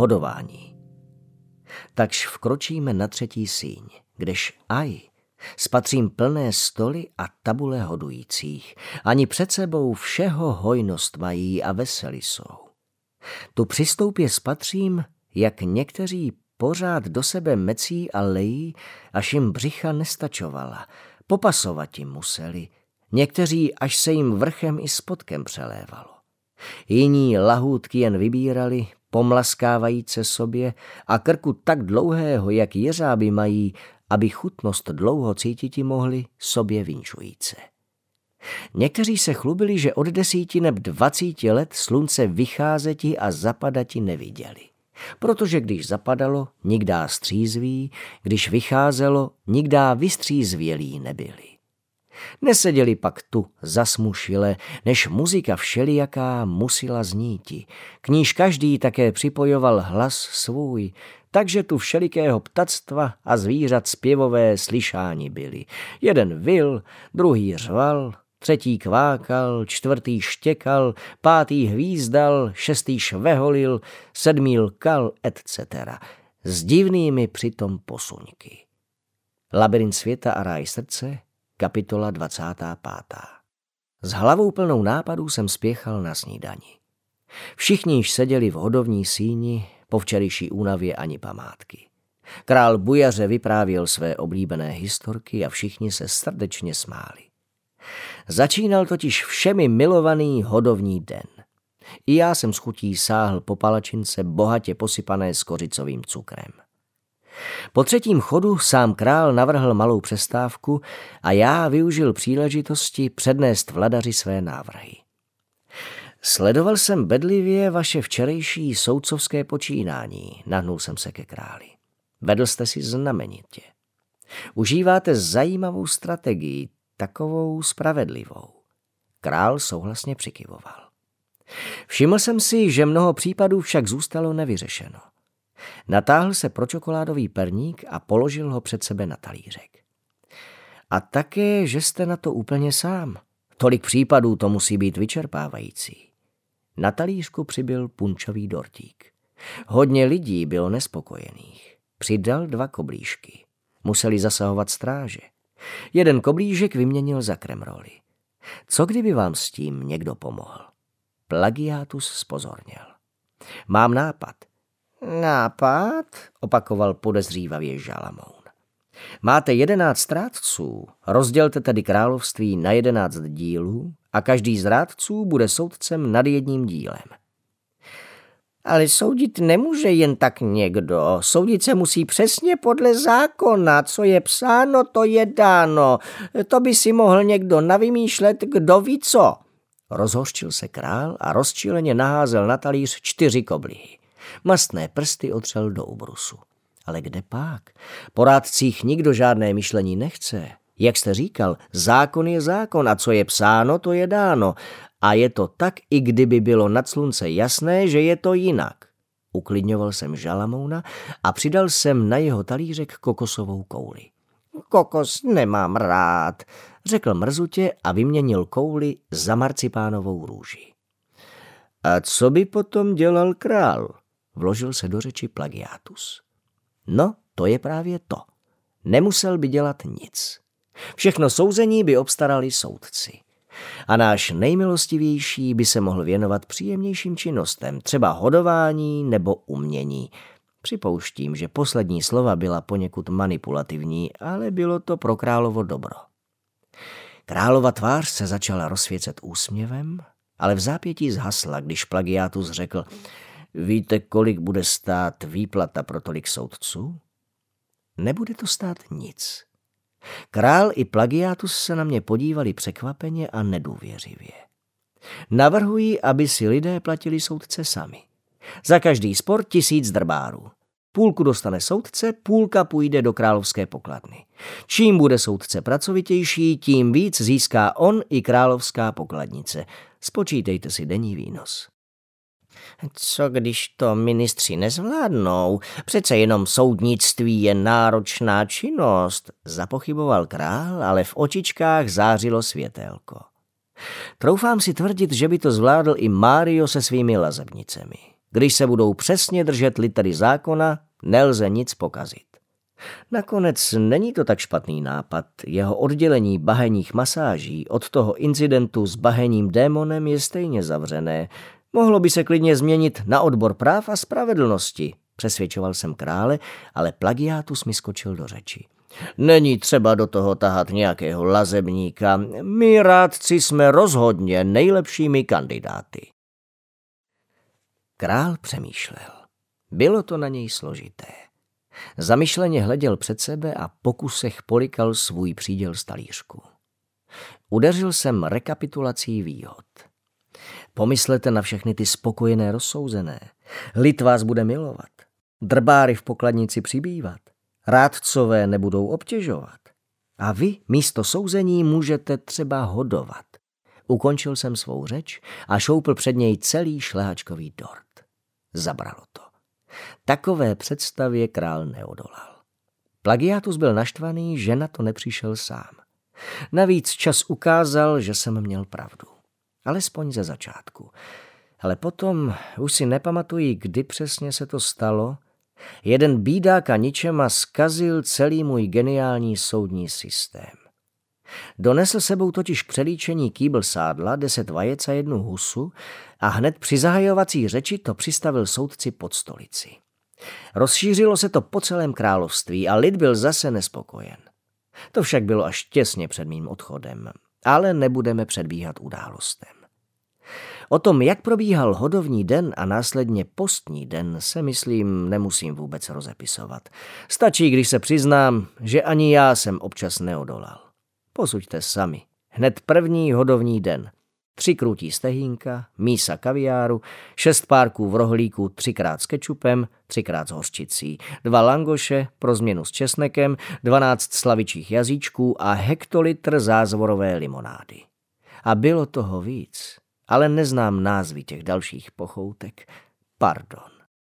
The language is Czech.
hodování. Takž vkročíme na 3. síň, kdež spatřím plné stoly a tabule hodujících, ani před sebou všeho hojnost mají a veseli jsou. Tu přistoupě spatřím, jak někteří pořád do sebe mecí a lejí, až jim břicha nestačovala, popasovati museli, někteří až se jim vrchem i spodkem přelévalo. Jiní lahůdky jen vybírali, pomlaskávajíce sobě a krku tak dlouhého, jak jeřáby mají, aby chutnost dlouho cítiti mohli, sobě vinčujíce. Někteří se chlubili, že od 10 nebo 20 let slunce vycházeti a zapadati neviděli. Protože když zapadalo, nikdá střízví, když vycházelo, nikdá vystřízvělí nebyli. Neseděli pak tu zasmušile, než muzika všelijaká musila zníti. K níž každý také připojoval hlas svůj, takže tu všelikého ptactva a zvířat zpěvové slyšáni byli. Jeden vil, druhý řval, 3. kvákal, 4. štěkal, 5. hvízdal, 6. šveholil, 7. lkal, etc. S divnými přitom posuňky. Labyrint světa a ráj srdce, kapitola 25. S hlavou plnou nápadů jsem spěchal na snídani. Všichni již seděli v hodovní síni, po včerejší únavě ani památky. Král bujaře vyprávěl své oblíbené historky a všichni se srdečně smáli. Začínal totiž všemi milovaný hodovní den. I já jsem s chutí sáhl po palačince bohatě posypané s kořicovým cukrem. Po 3. chodu sám král navrhl malou přestávku a já využil příležitosti přednést vladaři své návrhy. Sledoval jsem bedlivě vaše včerejší soudcovské počínání, nahnul jsem se ke králi. Vedl jste si znamenitě. Užíváte zajímavou strategii, takovou spravedlivou. Král souhlasně přikyvoval. Všiml jsem si, že mnoho případů však zůstalo nevyřešeno. Natáhl se pro čokoládový perník a položil ho před sebe na talířek. A také, že jste na to úplně sám. Tolik případů to musí být vyčerpávající. Na talířku přibyl punčový dortík. Hodně lidí bylo nespokojených. Přidal 2 koblížky. Museli zasahovat stráže. Jeden koblížek vyměnil za kremroli. Co kdyby vám s tím někdo pomohl? Plagiátus zpozorněl. Mám nápad. Nápad? Opakoval podezřívavě Žalamoun. Máte 11 rádců, rozdělte tedy království na 11 dílů a každý z rádců bude soudcem nad jedním dílem. Ale soudit nemůže jen tak někdo. Soudit se musí přesně podle zákona. Co je psáno, to je dáno. To by si mohl někdo navymýšlet, kdo ví co. Rozhořčil se král a rozčileně naházel na talíř 4 koblihy. Mastné prsty otřel do ubrusu. Ale kde pak? Po rádcích nikdo žádné myšlení nechce. Jak jste říkal, zákon je zákon a co je psáno, to je dáno. A je to tak, i kdyby bylo nad slunce jasné, že je to jinak. Uklidňoval jsem Žalamouna a přidal jsem na jeho talířek kokosovou kouli. Kokos nemám rád, řekl mrzutě a vyměnil kouli za marcipánovou růži. A co by potom dělal král? Vložil se do řeči Plagiátus. No, to je právě to. Nemusel by dělat nic. Všechno souzení by obstarali soudci. A náš nejmilostivější by se mohl věnovat příjemnějším činnostem, třeba hodování nebo umění. Připouštím, že poslední slova byla poněkud manipulativní, ale bylo to pro královo dobro. Králova tvář se začala rozsvěcet úsměvem, ale v zápětí zhasla, když Plagiátus řekl: Víte, kolik bude stát výplata pro tolik soudců? Nebude to stát nic. Král i Plagiátus se na mě podívali překvapeně a nedůvěřivě. Navrhuji, aby si lidé platili soudce sami. Za každý spor 1000 drbárů. Půlku dostane soudce, půlka půjde do královské pokladny. Čím bude soudce pracovitější, tím víc získá on i královská pokladnice. Spočítejte si denní výnos. Co když to ministři nezvládnou? Přece jenom soudnictví je náročná činnost, zapochyboval král, ale v očičkách zářilo světélko. Troufám si tvrdit, že by to zvládl i Mário se svými lazebnicemi. Když se budou přesně držet litery zákona, nelze nic pokazit. Nakonec není to tak špatný nápad. Jeho oddělení bahenních masáží od toho incidentu s bahenním démonem je stejně zavřené. Mohlo by se klidně změnit na odbor práv a spravedlnosti. Přesvědčoval jsem krále, ale Plagiátus mi skočil do řeči. Není třeba do toho tahat nějakého lazebníka. My rádci jsme rozhodně nejlepšími kandidáty. Král přemýšlel. Bylo to na něj složité. Zamyšleně hleděl před sebe a po kusech polikal svůj příděl z talířku. Udeřil jsem rekapitulací výhod. Pomyslete na všechny ty spokojené rozsouzené. Lid vás bude milovat. Drbáry v pokladnici přibývat. Rádcové nebudou obtěžovat. A vy místo souzení můžete třeba hodovat. Ukončil jsem svou řeč a šoupl před něj celý šlehačkový dort. Zabralo to. Takové představě král neodolal. Plagiátus byl naštvaný, že na to nepřišel sám. Navíc čas ukázal, že jsem měl pravdu. Alespoň ze začátku. Ale potom už si nepamatuji, kdy přesně se to stalo. Jeden bídák a ničema zkazil celý můj geniální soudní systém. Donesl sebou totiž k přelíčení kýbl sádla, 10 vajec a 1 husu a hned při zahajovací řeči to přistavil soudci pod stolici. Rozšířilo se to po celém království a lid byl zase nespokojen. To však bylo až těsně před mým odchodem, ale nebudeme předbíhat událostem. O tom, jak probíhal hodovní den a následně postní den, se myslím nemusím vůbec rozepisovat. Stačí, když se přiznám, že ani já jsem občas neodolal. Posuďte sami. Hned první hodovní den. 3 krůtí stehínka, mísa kaviáru, 6 párků v rohlíku 3krát s kečupem, 3krát s hořčicí, 2 langoše pro změnu s česnekem, 12 slavičích jazyčků a hektolitr zázvorové limonády. A bylo toho víc, ale neznám názvy těch dalších pochoutek. Pardon.